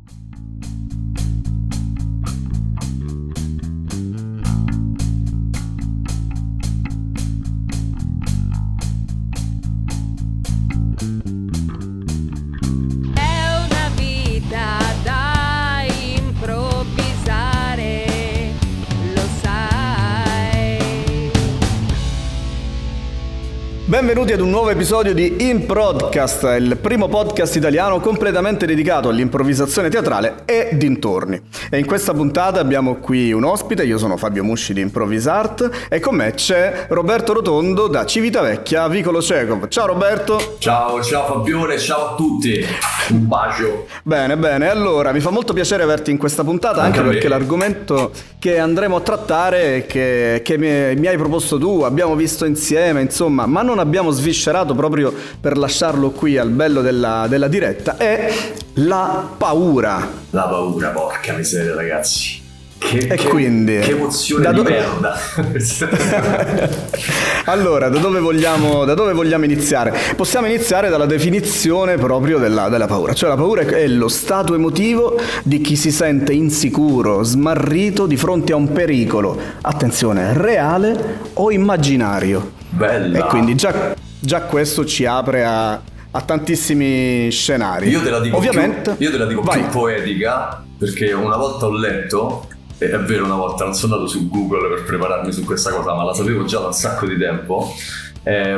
Benvenuti ad un nuovo episodio di Improdcast, il primo podcast italiano completamente dedicato all'improvvisazione teatrale e dintorni. E in questa puntata abbiamo qui un ospite, io sono Fabio Musci di Improvisart e con me c'è Roberto Rotondo da Civitavecchia, Vicolo Cecov. Ciao Roberto! Ciao Fabione, ciao a tutti! Un bacio! Bene, allora mi fa molto piacere averti in questa puntata anche perché l'argomento che andremo a trattare che mi hai proposto tu, abbiamo visto insieme, insomma, ma non abbiamo sviscerato proprio per lasciarlo qui al bello della diretta, è la paura. La paura, porca miseria ragazzi. Quindi che emozione di merda. Allora, da dove vogliamo iniziare? Possiamo iniziare dalla definizione proprio della paura. Cioè la paura è lo stato emotivo di chi si sente insicuro, smarrito di fronte a un pericolo, attenzione, reale o immaginario. Bella. E quindi già questo ci apre a tantissimi scenari. Io te la dico ovviamente più poetica, perché una volta ho letto, è vero, una volta non sono andato su Google per prepararmi su questa cosa, ma la sapevo già da un sacco di tempo, è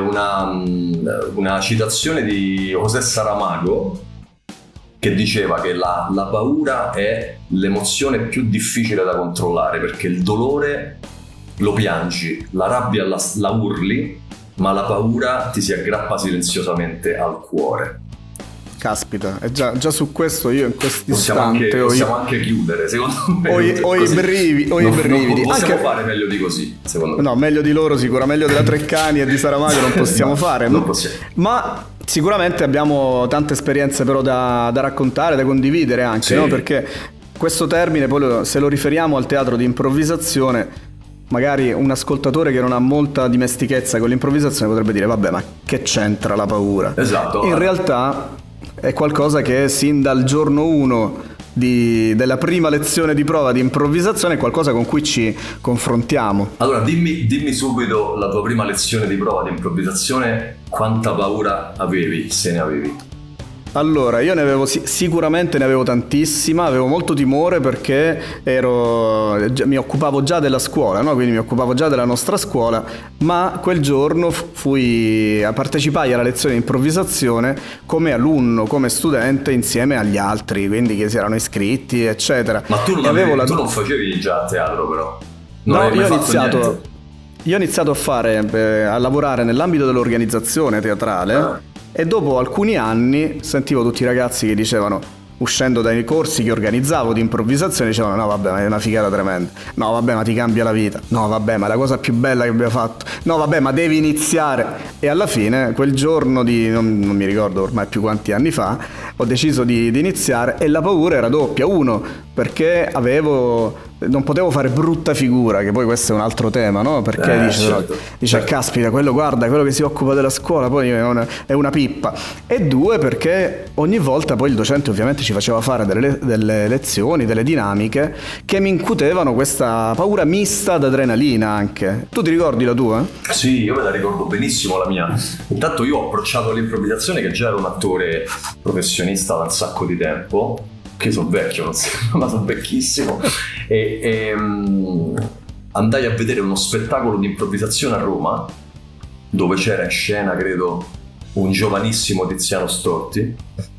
una citazione di José Saramago che diceva che la paura è l'emozione più difficile da controllare, perché il dolore lo piangi, la rabbia la urli, ma la paura ti si aggrappa silenziosamente al cuore. Caspita, e già su questo io in questo istante possiamo anche chiudere, secondo me. Ho i brividi. Non possiamo fare meglio di così, secondo me. No, meglio di loro sicuramente, meglio della Treccani e di Saramago non possiamo fare. Non possiamo. Ma sicuramente abbiamo tante esperienze però da raccontare, da condividere anche, sì. No? Perché questo termine, poi se lo riferiamo al teatro di improvvisazione, magari un ascoltatore che non ha molta dimestichezza con l'improvvisazione potrebbe dire vabbè, ma che c'entra la paura? Esatto. In realtà è qualcosa che sin dal giorno 1 della prima lezione di prova di improvvisazione è qualcosa con cui ci confrontiamo. Allora dimmi subito la tua prima lezione di prova di improvvisazione, quanta paura avevi, se ne avevi? Allora, io ne avevo sicuramente ne avevo tantissima, avevo molto timore perché mi occupavo già della scuola, no? Quindi mi occupavo già della nostra scuola, ma quel giorno partecipai alla lezione di improvvisazione come alunno, come studente insieme agli altri, quindi che si erano iscritti, eccetera. Ma tu non facevi già teatro però? Io ho iniziato a lavorare nell'ambito dell'organizzazione teatrale. E dopo alcuni anni sentivo tutti i ragazzi che dicevano, uscendo dai corsi che organizzavo di improvvisazione, dicevano no vabbè, ma è una figata tremenda, no vabbè, ma ti cambia la vita, no vabbè, ma è la cosa più bella che abbiamo fatto, no vabbè, ma devi iniziare. E alla fine quel giorno non mi ricordo ormai più quanti anni fa, ho deciso di iniziare e la paura era doppia. Uno, perché non potevo fare brutta figura, che poi questo è un altro tema, no? Perché dice caspita, quello che si occupa della scuola poi è una pippa. E due, perché ogni volta poi il docente ovviamente ci faceva fare delle lezioni, delle dinamiche che mi incutevano questa paura mista ad adrenalina anche. Tu ti ricordi la tua? Sì, io me la ricordo benissimo la mia. Intanto io ho approcciato all'improvvisazione che già ero un attore professionista da un sacco di tempo, che sono vecchio, ma sono vecchissimo, e andai a vedere uno spettacolo di improvvisazione a Roma dove c'era in scena, credo, un giovanissimo Tiziano Storti,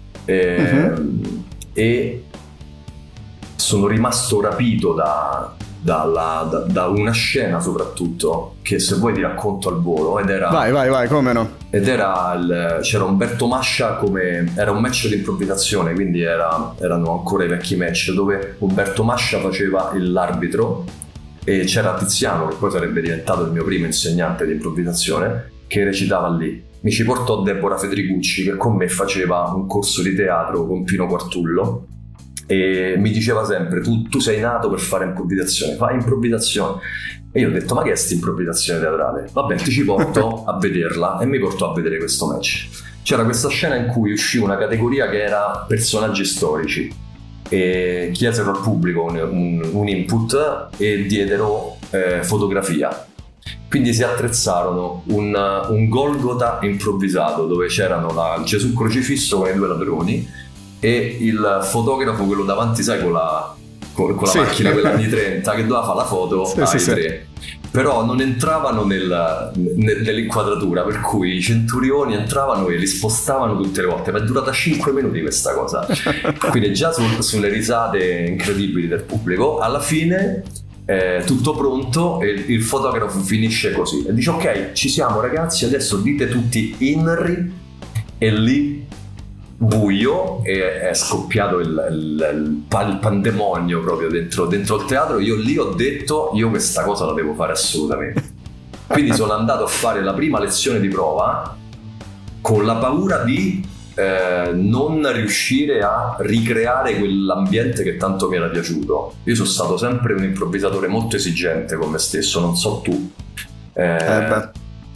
e sono rimasto rapito da una scena soprattutto, che se vuoi ti racconto al volo, ed era... Vai, come no? Ed c'era Umberto Mascia, era un match di improvvisazione, quindi erano ancora i vecchi match dove Umberto Mascia faceva l'arbitro e c'era Tiziano, che poi sarebbe diventato il mio primo insegnante di improvvisazione, che recitava lì. Mi ci portò Deborah Federicucci, che con me faceva un corso di teatro con Pino Quartullo, e mi diceva sempre tu sei nato per fare improvvisazione, fai improvvisazione. E io ho detto ma che è sta improvvisazione teatrale? Vabbè, ti ci porto a vederla, e mi portò a vedere questo match. C'era questa scena in cui uscì una categoria che era personaggi storici, e chiesero al pubblico un input e diedero fotografia. Quindi si attrezzarono un Golgota improvvisato dove c'erano Gesù crocifisso con i due ladroni e il fotografo, quello davanti, sai, con la macchina, quella anni 30, che doveva fare la foto ai tre. Però non entravano nell'inquadratura, per cui i centurioni entravano e li spostavano tutte le volte, ma è durata 5 minuti questa cosa. Quindi già sulle risate incredibili del pubblico, alla fine tutto pronto e il fotografo finisce così e dice: ok, ci siamo ragazzi, adesso dite tutti INRI, e lì buio, e è scoppiato il pandemonio proprio dentro il teatro. Io lì ho detto: io questa cosa la devo fare assolutamente. Quindi sono andato a fare la prima lezione di prova con la paura di non riuscire a ricreare quell'ambiente che tanto mi era piaciuto. Io sono stato sempre un improvvisatore molto esigente con me stesso, non so tu. Però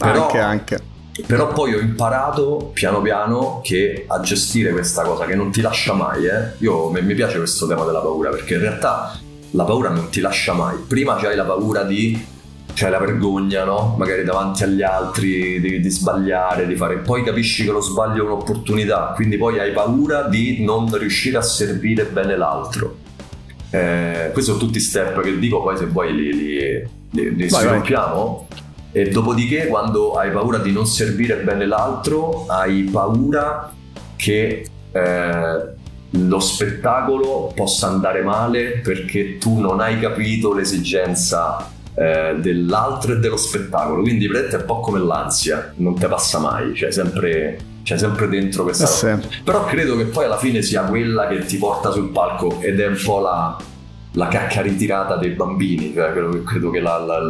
poi ho imparato piano piano che a gestire questa cosa che non ti lascia mai. Mi piace questo tema della paura, perché in realtà la paura non ti lascia mai. Prima c'hai la paura c'hai la vergogna, no? Magari davanti agli altri di sbagliare, di fare, poi capisci che lo sbaglio è un'opportunità, quindi poi hai paura di non riuscire a servire bene l'altro. Questi sono tutti step che dico, poi se vuoi li sviluppiamo. E dopodiché, quando hai paura di non servire bene l'altro, hai paura che lo spettacolo possa andare male perché tu non hai capito l'esigenza dell'altro e dello spettacolo. Quindi è un po' come l'ansia, non te passa mai, c'è sempre dentro questa cosa. Però credo che poi alla fine sia quella che ti porta sul palco, ed è un po' la cacca ritirata dei bambini. Credo che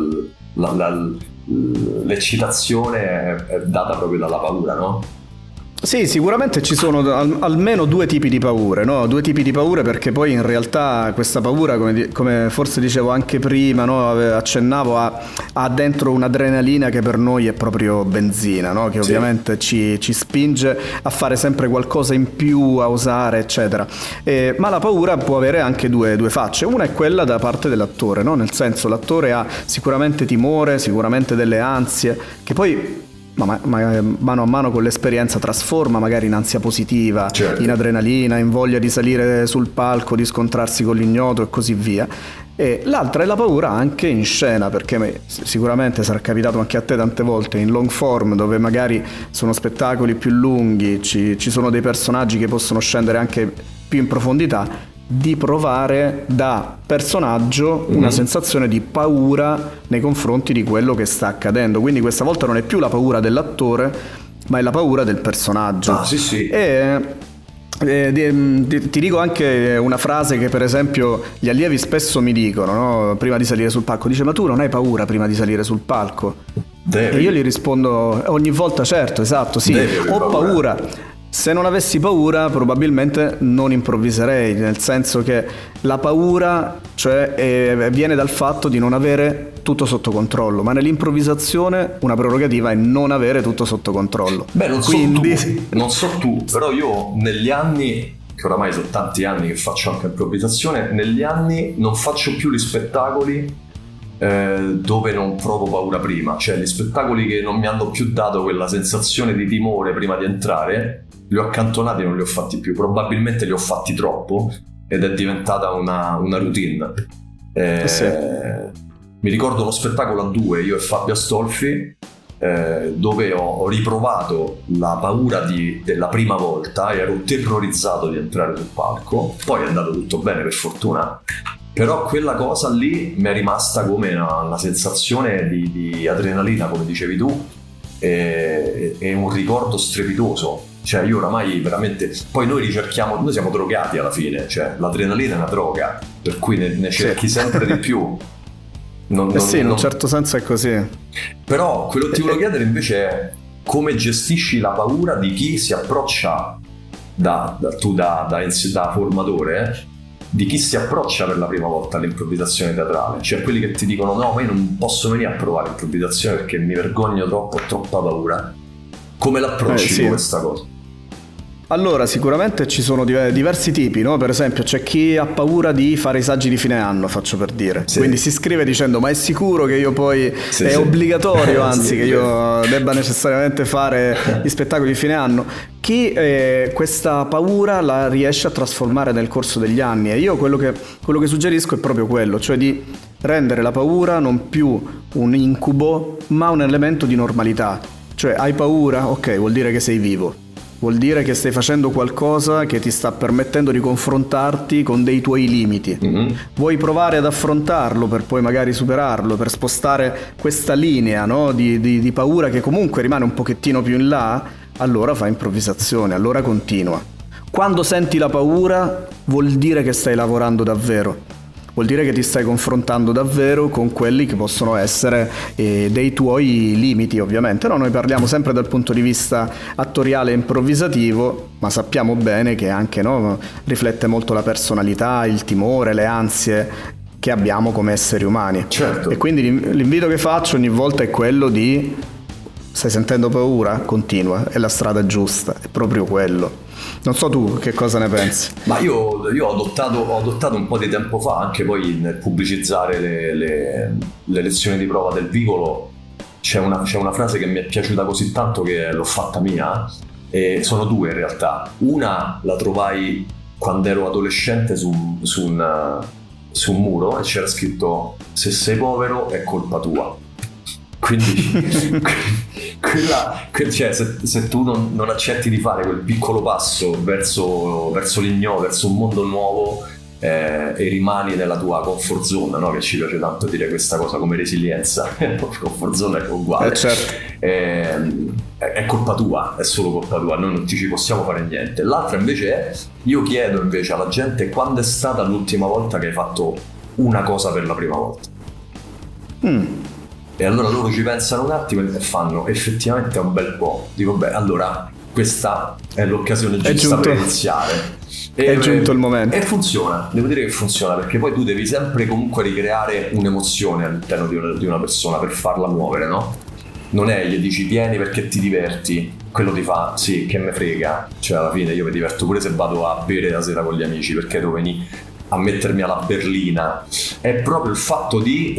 l'eccitazione è data proprio dalla paura, no? Sì, sicuramente ci sono almeno due tipi di paure, no? Due tipi di paure, perché poi in realtà questa paura, come forse dicevo anche prima, no? Accennavo, ha dentro un'adrenalina che per noi è proprio benzina, no? Che ovviamente ci spinge a fare sempre qualcosa in più, a osare, eccetera. Ma la paura può avere anche due facce. Una è quella da parte dell'attore, no? Nel senso, l'attore ha sicuramente timore, sicuramente delle ansie, che poi mano a mano con l'esperienza trasforma magari in ansia positiva, in adrenalina, in voglia di salire sul palco, di scontrarsi con l'ignoto e così via. E l'altra è la paura anche in scena, perché sicuramente sarà capitato anche a te tante volte in long form, dove magari sono spettacoli più lunghi, ci sono dei personaggi che possono scendere anche più in profondità, di provare da personaggio una sensazione di paura nei confronti di quello che sta accadendo. Quindi questa volta non è più la paura dell'attore, ma è la paura del personaggio. Sì. E ti dico anche una frase che per esempio gli allievi spesso mi dicono, no? Prima di salire sul palco, dice: ma tu non hai paura prima di salire sul palco? E io gli rispondo ogni volta: certo, esatto, sì, ho paura. Se non avessi paura probabilmente non improvviserei, nel senso che la paura viene dal fatto di non avere tutto sotto controllo, ma nell'improvvisazione una prerogativa è non avere tutto sotto controllo. Non so tu, però io negli anni, che oramai sono tanti anni che faccio anche improvvisazione, negli anni non faccio più gli spettacoli dove non provo paura prima, cioè gli spettacoli che non mi hanno più dato quella sensazione di timore prima di entrare, li ho accantonati e non li ho fatti più. Probabilmente li ho fatti troppo ed è diventata una routine. Mi ricordo uno spettacolo a due, io e Fabio Astolfi, dove ho riprovato la paura della prima volta e ero terrorizzato di entrare sul palco. Poi è andato tutto bene, per fortuna, però quella cosa lì mi è rimasta come una sensazione di adrenalina, come dicevi tu, e un ricordo strepitoso. Cioè io oramai veramente, poi noi siamo drogati alla fine, cioè l'adrenalina è una droga, per cui ne cerchi sempre di più. In un certo senso è così. Però quello che ti volevo chiedere invece è come gestisci la paura di chi si approccia da formatore, di chi si approccia per la prima volta all'improvvisazione teatrale, cioè quelli che ti dicono: no, ma io non posso venire a provare l'improvvisazione perché mi vergogno troppo, ho troppa paura. Come l'approcci questa cosa? Allora, sicuramente ci sono diversi tipi, no? Per esempio, c'è chi ha paura di fare i saggi di fine anno, faccio per dire. Sì. Quindi si iscrive dicendo: ma è sicuro che io poi è obbligatorio, anzi, sì, che io debba necessariamente fare gli spettacoli di fine anno. Chi questa paura la riesce a trasformare nel corso degli anni. E io quello che suggerisco è proprio quello, cioè di rendere la paura non più un incubo, ma un elemento di normalità. Cioè, hai paura? Ok, vuol dire che sei vivo. Vuol dire che stai facendo qualcosa che ti sta permettendo di confrontarti con dei tuoi limiti. Vuoi provare ad affrontarlo per poi magari superarlo, per spostare questa linea, no? di paura che comunque rimane un pochettino più in là, allora fa improvvisazione, allora continua. Quando senti la paura vuol dire che stai lavorando davvero. Vuol dire che ti stai confrontando davvero con quelli che possono essere dei tuoi limiti, ovviamente. No, noi parliamo sempre dal punto di vista attoriale e improvvisativo, ma sappiamo bene che anche riflette molto la personalità, il timore, le ansie che abbiamo come esseri umani. Certo. E quindi l'invito che faccio ogni volta è quello di: stai sentendo paura? Continua, è la strada giusta, è proprio quello. Non so tu che cosa ne pensi. Ma io ho adottato un po' di tempo fa, anche poi nel pubblicizzare le lezioni di prova del Vicolo, c'è una frase che mi è piaciuta così tanto che l'ho fatta mia, e sono due in realtà. Una la trovai quando ero adolescente su un muro e c'era scritto: se sei povero è colpa tua. Quindi cioè, se tu non accetti di fare quel piccolo passo verso l'ignoto, verso un mondo nuovo, e rimani nella tua comfort zone, no? Che ci piace tanto dire questa cosa come resilienza. Comfort zone è uguale, certo. È colpa tua, è solo colpa tua, noi non ci possiamo fare niente. L'altra invece è: io chiedo invece alla gente quando è stata l'ultima volta che hai fatto una cosa per la prima volta. E allora loro ci pensano un attimo e fanno: effettivamente è un bel po'. Dico: beh, allora questa è l'occasione giusta per iniziare. È giunto il momento. E funziona, devo dire che funziona, perché poi tu devi sempre comunque ricreare un'emozione all'interno di una persona per farla muovere, no? Non è gli dici vieni perché ti diverti, quello ti fa sì, che me frega. Cioè alla fine io mi diverto pure se vado a bere la sera con gli amici, perché devo venire a mettermi alla berlina. È proprio il fatto di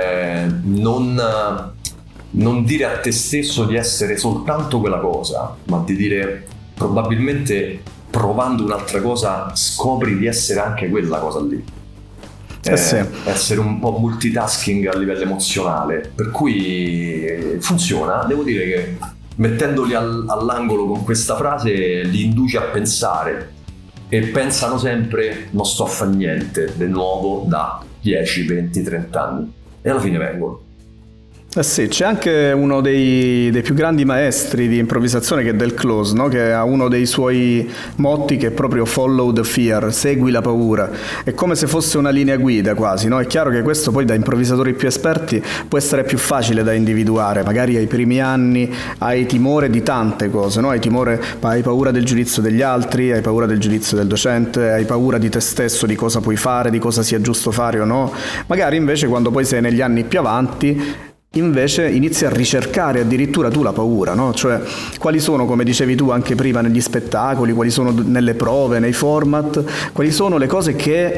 non dire a te stesso di essere soltanto quella cosa, ma di dire: probabilmente provando un'altra cosa scopri di essere anche quella cosa lì. Sì. Essere un po' multitasking a livello emozionale, per cui funziona. Devo dire che mettendoli all'angolo con questa frase li induce a pensare, e pensano sempre: non sto a fare niente di nuovo da 10, 20, 30 anni, e alla fine vengono. Sì, c'è anche uno dei più grandi maestri di improvvisazione, che è Del Close, no? Che ha uno dei suoi motti che è proprio follow the fear, segui la paura. È come se fosse una linea guida quasi, no? È chiaro che questo poi da improvvisatori più esperti può essere più facile da individuare. Magari ai primi anni hai timore di tante cose, no? Hai paura del giudizio degli altri, hai paura del giudizio del docente, hai paura di te stesso, di cosa puoi fare, di cosa sia giusto fare o no. Magari invece quando poi sei negli anni più avanti, invece inizi a ricercare addirittura tu la paura, no? Cioè, quali sono, come dicevi tu anche prima, negli spettacoli, quali sono nelle prove, nei format, quali sono le cose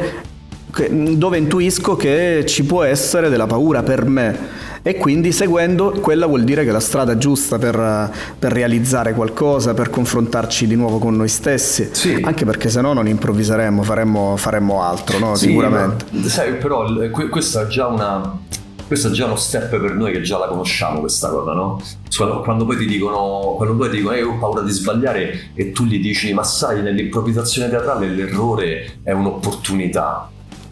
dove intuisco che ci può essere della paura per me, e quindi seguendo quella vuol dire che è la strada giusta per realizzare qualcosa, per confrontarci di nuovo con noi stessi. Sì. Anche perché se no non improvviseremmo, faremmo altro, no? Sì, sicuramente. Ma, sai, però questa è già uno step per noi che già la conosciamo questa cosa, no? Quando poi ti dicono io ho paura di sbagliare, e tu gli dici: ma sai, nell'improvvisazione teatrale l'errore è un'opportunità.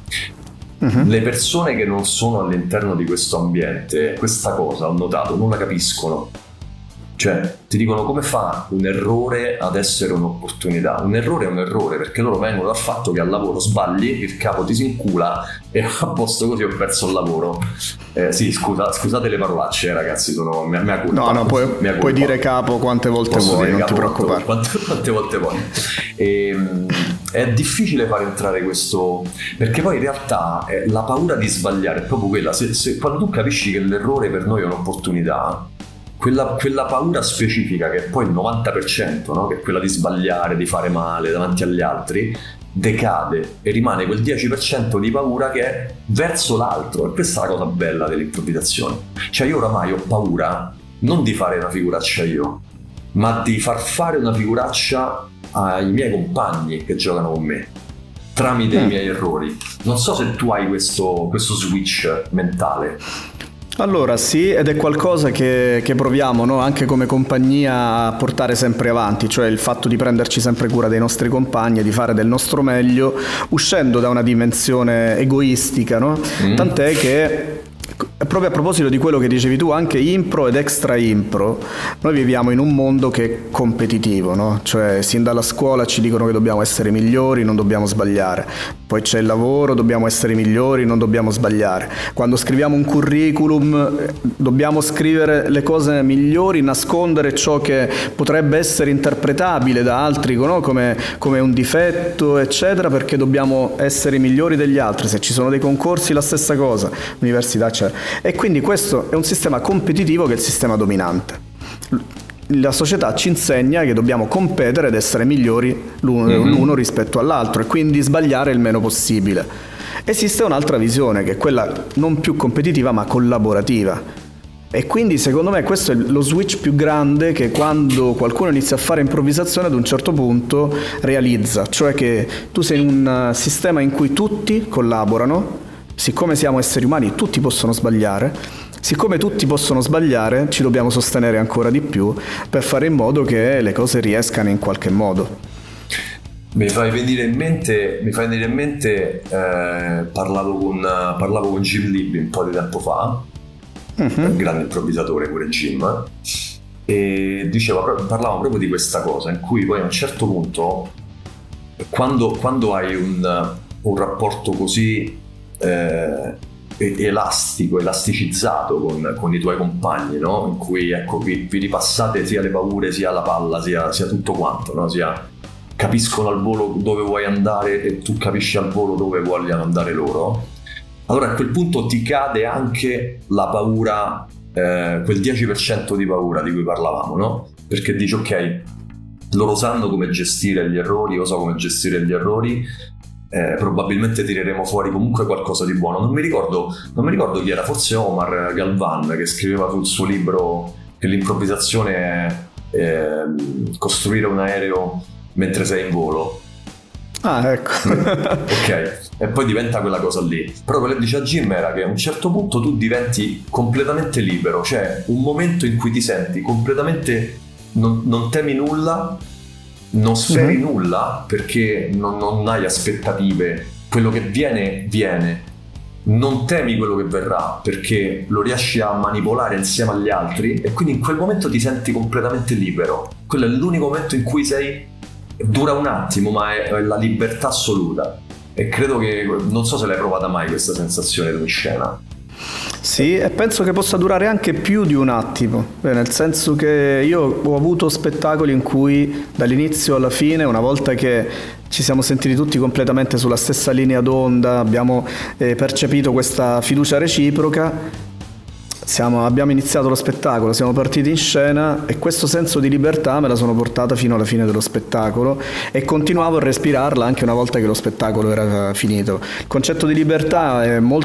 Le persone che non sono all'interno di questo ambiente, questa cosa ho notato, non la capiscono. Cioè, ti dicono: come fa un errore ad essere un'opportunità? Un errore è un errore, perché loro vengono dal fatto che al lavoro sbagli, il capo ti si incula e a posto così ho perso il lavoro. Sì, scusate le parolacce, ragazzi, sono mia colpa. No, puoi dire capo quante volte vuoi, non ti preoccupare. Quante volte vuoi. È difficile far entrare questo, perché poi in realtà la paura di sbagliare è proprio quella. Quando tu capisci che l'errore per noi è un'opportunità, quella paura specifica, che è poi il 90%, no? Che è quella di sbagliare, di fare male davanti agli altri, decade e rimane quel 10% di paura che è verso l'altro. E questa è la cosa bella dell'improvvisazione. Cioè io oramai ho paura non di fare una figuraccia io, ma di far fare una figuraccia ai miei compagni che giocano con me tramite i miei errori. Non so se tu hai questo switch mentale. Allora sì, ed è qualcosa che proviamo, no? Anche come compagnia a portare sempre avanti, cioè il fatto di prenderci sempre cura dei nostri compagni e di fare del nostro meglio, uscendo da una dimensione egoistica, no? Tant'è che, proprio a proposito di quello che dicevi tu, anche impro ed extra impro, noi viviamo in un mondo che è competitivo, no? Cioè sin dalla scuola ci dicono che dobbiamo essere migliori, non dobbiamo sbagliare. Poi c'è il lavoro, dobbiamo essere migliori, non dobbiamo sbagliare. Quando scriviamo un curriculum dobbiamo scrivere le cose migliori, nascondere ciò che potrebbe essere interpretabile da altri, no? come un difetto, eccetera, perché dobbiamo essere migliori degli altri. Se ci sono dei concorsi, la stessa cosa. L'università c'è. E quindi questo è un sistema competitivo che è il sistema dominante. La società ci insegna che dobbiamo competere ed essere migliori l'uno rispetto all'altro e quindi sbagliare il meno possibile. Esiste un'altra visione che è quella non più competitiva ma collaborativa, e quindi secondo me questo è lo switch più grande che quando qualcuno inizia a fare improvvisazione ad un certo punto realizza, cioè che tu sei in un sistema in cui tutti collaborano. Siccome siamo esseri umani, tutti possono sbagliare. Siccome tutti possono sbagliare, ci dobbiamo sostenere ancora di più per fare in modo che le cose riescano in qualche modo. Mi fai venire in mente parlavo con Jim Libby un po' di tempo fa, un grande improvvisatore pure Jim, e parlavamo proprio di questa cosa, in cui poi a un certo punto, quando hai un rapporto così elasticizzato con i tuoi compagni, no? In cui vi ripassate sia le paure, sia la palla, sia tutto quanto, no? Capiscono al volo dove vuoi andare e tu capisci al volo dove vogliono andare loro. Allora a quel punto ti cade anche la paura, quel 10% di paura di cui parlavamo, no? Perché dici ok, loro sanno come gestire gli errori, io so come gestire gli errori, probabilmente tireremo fuori comunque qualcosa di buono. Non mi ricordo chi era, forse Omar Galvan, che scriveva sul suo libro che l'improvvisazione è costruire un aereo mentre sei in volo. Ah, ecco. Ok, e poi diventa quella cosa lì. Però quello che diceva Jim era che a un certo punto tu diventi completamente libero, cioè un momento in cui ti senti completamente, non temi nulla, non speri nulla, perché non hai aspettative, quello che viene, non temi quello che verrà perché lo riesci a manipolare insieme agli altri, e quindi in quel momento ti senti completamente libero. Quello è l'unico momento in cui dura un attimo, ma è la libertà assoluta, e credo che, non so se l'hai provata mai questa sensazione in scena. Sì, e penso che possa durare anche più di un attimo, nel senso che io ho avuto spettacoli in cui dall'inizio alla fine, una volta che ci siamo sentiti tutti completamente sulla stessa linea d'onda, abbiamo percepito questa fiducia reciproca, abbiamo iniziato lo spettacolo, siamo partiti in scena, e questo senso di libertà me la sono portata fino alla fine dello spettacolo e continuavo a respirarla anche una volta che lo spettacolo era finito. Il concetto di libertà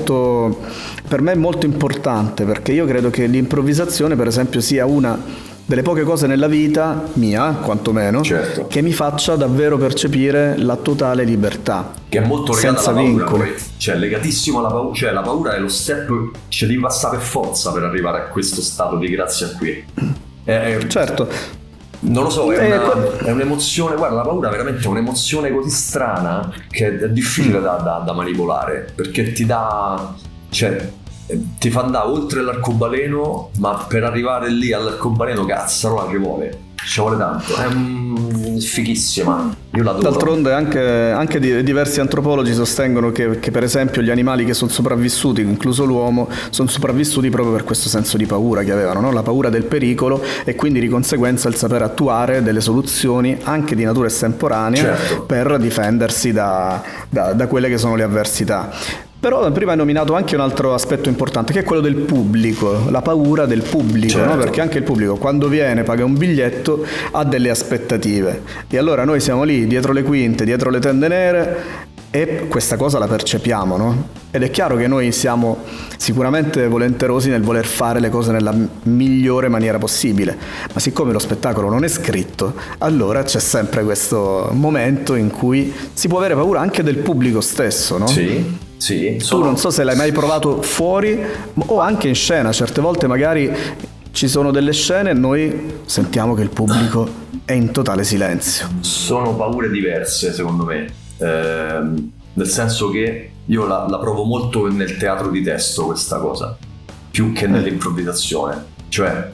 per me è molto importante, perché io credo che l'improvvisazione, per esempio, sia una delle poche cose nella vita mia, quantomeno, certo, che mi faccia davvero percepire la totale libertà, che è molto legata senza alla paura, vincoli. Cioè legatissimo alla paura, cioè la paura è lo step, ci devi passare per forza per arrivare a questo stato di grazia qui. Certo. Non lo so, è un'emozione, guarda, la paura veramente è un'emozione così strana che è difficile da manipolare, perché ti dà, cioè ti fa andare oltre l'arcobaleno, ma per arrivare lì all'arcobaleno, cazzarola, ci vuole tanto, è fighissima, io l'adoro. D'altronde anche diversi antropologi sostengono che per esempio gli animali che sono sopravvissuti, incluso l'uomo, sono sopravvissuti proprio per questo senso di paura che avevano, no? La paura del pericolo, e quindi di conseguenza il saper attuare delle soluzioni anche di natura estemporanea, certo, per difendersi da quelle che sono le avversità. Però prima hai nominato anche un altro aspetto importante, che è quello del pubblico, la paura del pubblico, certo. No? Perché anche il pubblico quando viene, paga un biglietto, ha delle aspettative. E allora noi siamo lì, dietro le quinte, dietro le tende nere, e questa cosa la percepiamo, no? Ed è chiaro che noi siamo sicuramente volenterosi nel voler fare le cose nella migliore maniera possibile, ma siccome lo spettacolo non è scritto, allora c'è sempre questo momento in cui si può avere paura anche del pubblico stesso, no? Sì, sì. Tu non so se l'hai mai provato fuori o anche in scena, certe volte magari ci sono delle scene e noi sentiamo che il pubblico è in totale silenzio. Sono paure diverse secondo me. Nel senso che io la provo molto nel teatro di testo questa cosa, più che nell'improvvisazione. Cioè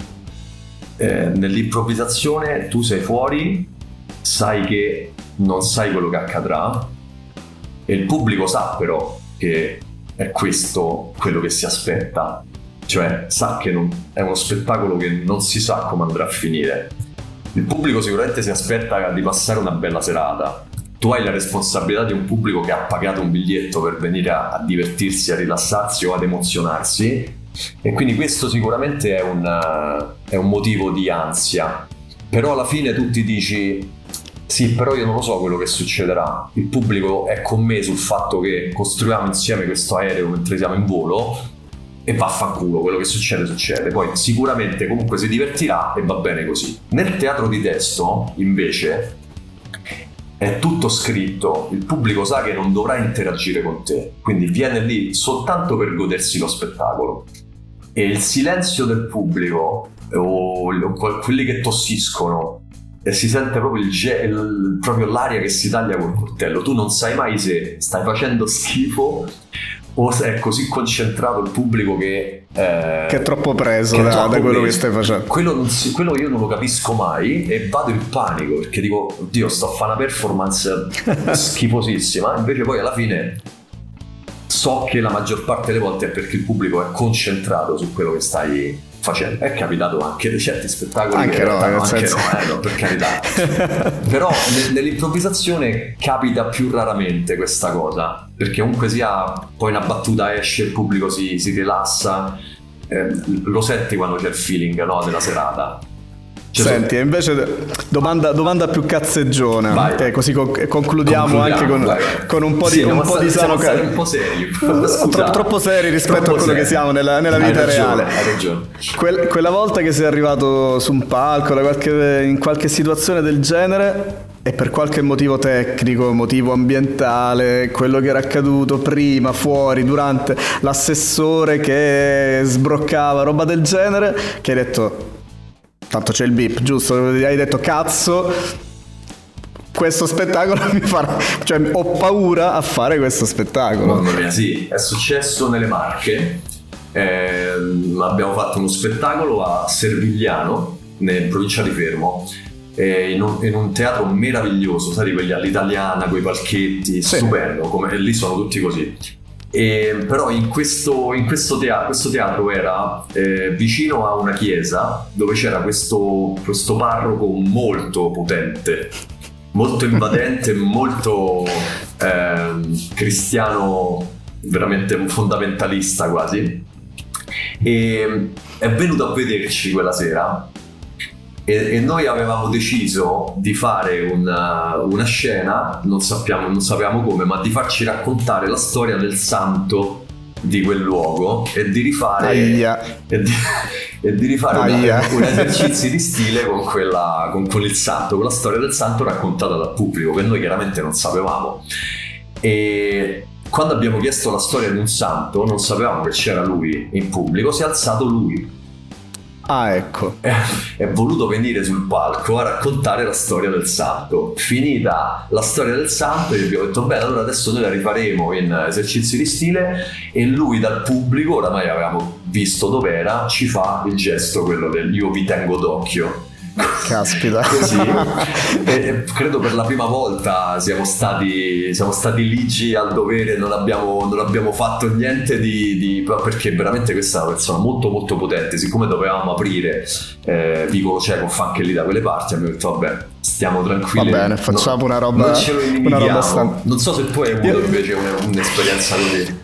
nell'improvvisazione tu sei fuori, sai che non sai quello che accadrà e il pubblico sa però che è questo quello che si aspetta, cioè sa che è uno spettacolo che non si sa come andrà a finire. Il pubblico sicuramente si aspetta di passare una bella serata. Tu hai la responsabilità di un pubblico che ha pagato un biglietto per venire a divertirsi, a rilassarsi o ad emozionarsi, e quindi questo sicuramente è un motivo di ansia. Però alla fine tu ti dici sì, però io non lo so quello che succederà, il pubblico è con me sul fatto che costruiamo insieme questo aereo mentre siamo in volo e vaffanculo, quello che succede succede, poi sicuramente comunque si divertirà e va bene così. Nel teatro di testo invece è tutto scritto, il pubblico sa che non dovrà interagire con te, quindi viene lì soltanto per godersi lo spettacolo, e il silenzio del pubblico o quelli che tossiscono, e si sente proprio proprio l'aria che si taglia col coltello. Tu non sai mai se stai facendo schifo o se è così concentrato il pubblico che è troppo preso da quello che stai facendo. Quello io non lo capisco mai e vado in panico perché dico oddio, sto a fare una performance schifosissima, invece poi alla fine so che la maggior parte delle volte è perché il pubblico è concentrato su quello che stai facendo. È capitato anche di certi spettacoli anche no, per carità. Però nell'improvvisazione capita più raramente questa cosa, perché comunque sia poi una battuta esce, il pubblico si rilassa, lo senti quando c'è il feeling, no, della serata. Senti, invece domanda più cazzeggiona, così concludiamo anche con un po' di sano caso. Un po' seri, troppo seri rispetto a quello che siamo nella vita reale. Hai ragione. Quella volta che sei arrivato su un palco, in qualche situazione del genere, e per qualche motivo tecnico, motivo ambientale, quello che era accaduto prima, fuori, durante, l'assessore che sbroccava, roba del genere, che hai detto tanto c'è il beep, giusto? Hai detto cazzo, questo spettacolo mi farà, cioè ho paura a fare questo spettacolo. Mamma mia, sì, è successo nelle Marche. Abbiamo fatto uno spettacolo a Servigliano, in provincia di Fermo, in un teatro meraviglioso, sai, quelli all'italiana, quei palchetti, sì. Stupendo, come lì sono tutti così. Però questo teatro era vicino a una chiesa dove c'era questo parroco molto potente, molto invadente, molto cristiano, veramente un fondamentalista quasi, e è venuto a vederci quella sera e noi avevamo deciso di fare una scena, non sapevamo come, ma di farci raccontare la storia del santo di quel luogo e di rifare un esercizio di stile con il santo, con la storia del santo raccontata dal pubblico, che noi chiaramente non sapevamo. E quando abbiamo chiesto la storia di un santo, non sapevamo che c'era lui in pubblico, si è alzato lui. Ah, ecco. È voluto venire sul palco a raccontare la storia del santo. Finita la storia del santo, gli abbiamo detto bene, allora adesso noi la rifaremo in esercizi di stile, e lui dal pubblico, oramai avevamo visto dov'era, ci fa il gesto, quello del io vi tengo d'occhio. Caspita. Così. E credo per la prima volta siamo stati ligi al dovere, non abbiamo fatto niente perché veramente questa è una persona molto molto potente. Siccome dovevamo aprire Vicolo Cieco fa anche lì da quelle parti, abbiamo detto vabbè, stiamo tranquilli, va bene, facciamo una roba, non ce lo inimichiamo. Non so se tu hai avuto invece un'esperienza così.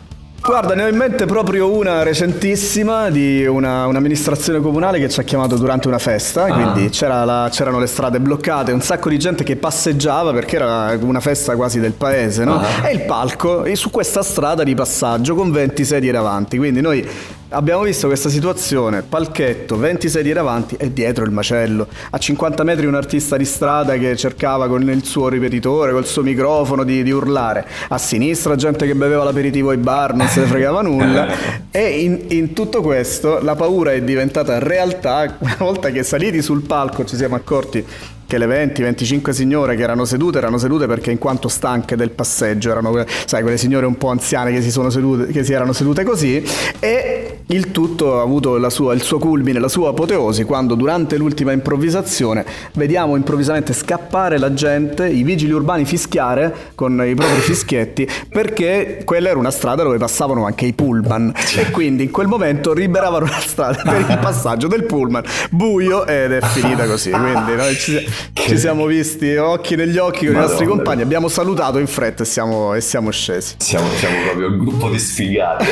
Guarda, ne ho in mente proprio una recentissima di un'amministrazione comunale che ci ha chiamato durante una festa, quindi c'erano le strade bloccate, un sacco di gente che passeggiava perché era una festa quasi del paese, no? E il palco su questa strada di passaggio con 20 sedie davanti, quindi noi abbiamo visto questa situazione, palchetto, 20 sedie davanti e dietro il macello. A 50 metri un artista di strada che cercava con il suo ripetitore, col suo microfono di urlare. A sinistra gente che beveva l'aperitivo ai bar, non se ne fregava nulla. E in tutto questo la paura è diventata realtà una volta che saliti sul palco ci siamo accorti che le 20-25 signore che erano sedute perché in quanto stanche del passeggio erano, sai, quelle signore un po' anziane che si erano sedute così, e il tutto ha avuto il suo culmine, la sua apoteosi quando durante l'ultima improvvisazione vediamo improvvisamente scappare la gente, i vigili urbani fischiare con i propri fischietti perché quella era una strada dove passavano anche i pullman e quindi in quel momento liberavano la strada per il passaggio del pullman, buio, ed è finita così. Quindi noi ci siamo visti occhi negli occhi con i nostri compagni, abbiamo salutato in fretta e siamo scesi. Siamo proprio un gruppo di sfigati.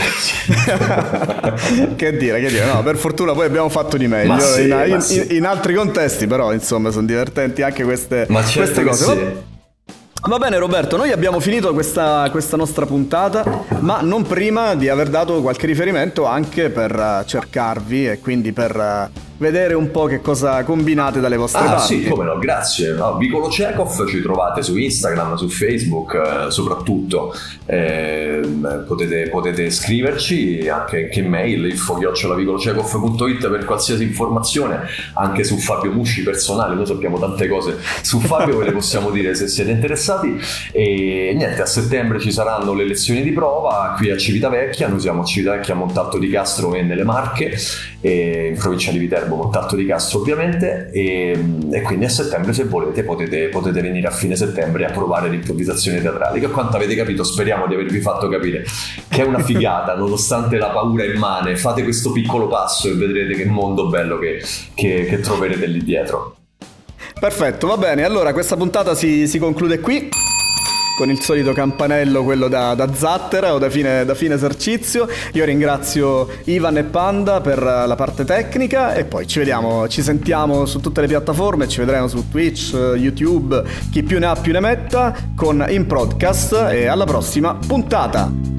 Che dire, no, per fortuna poi abbiamo fatto di meglio in altri contesti, però insomma sono divertenti anche queste cose. Sì. Va bene Roberto, noi abbiamo finito questa nostra puntata, ma non prima di aver dato qualche riferimento anche per cercarvi e quindi per vedere un po' che cosa combinate dalle vostre parti. Sì, come no, grazie. Vicolo Chekhov ci trovate su Instagram, su Facebook, soprattutto potete scriverci anche in mail info@vicolocekov.it per qualsiasi informazione, anche su Fabio Musci personale, noi sappiamo tante cose su Fabio, ve le possiamo dire se siete interessati. E niente, a settembre ci saranno le lezioni di prova qui a Civitavecchia, noi siamo a Civitavecchia, Montalto di Castro e nelle Marche, in provincia di Viterbo, Montalto di Castro ovviamente, e quindi a settembre se volete potete venire a fine settembre a provare l'improvvisazione teatrale, che a quanto avete capito speriamo di avervi fatto capire che è una figata nonostante la paura immane. Fate questo piccolo passo e vedrete che mondo bello che troverete lì dietro. Perfetto, va bene, allora questa puntata si conclude qui con il solito campanello, quello da zattera o da fine esercizio. Io ringrazio Ivan e Panda per la parte tecnica e poi ci sentiamo su tutte le piattaforme, ci vedremo su Twitch, YouTube, chi più ne ha più ne metta, con In Podcast, e alla prossima puntata.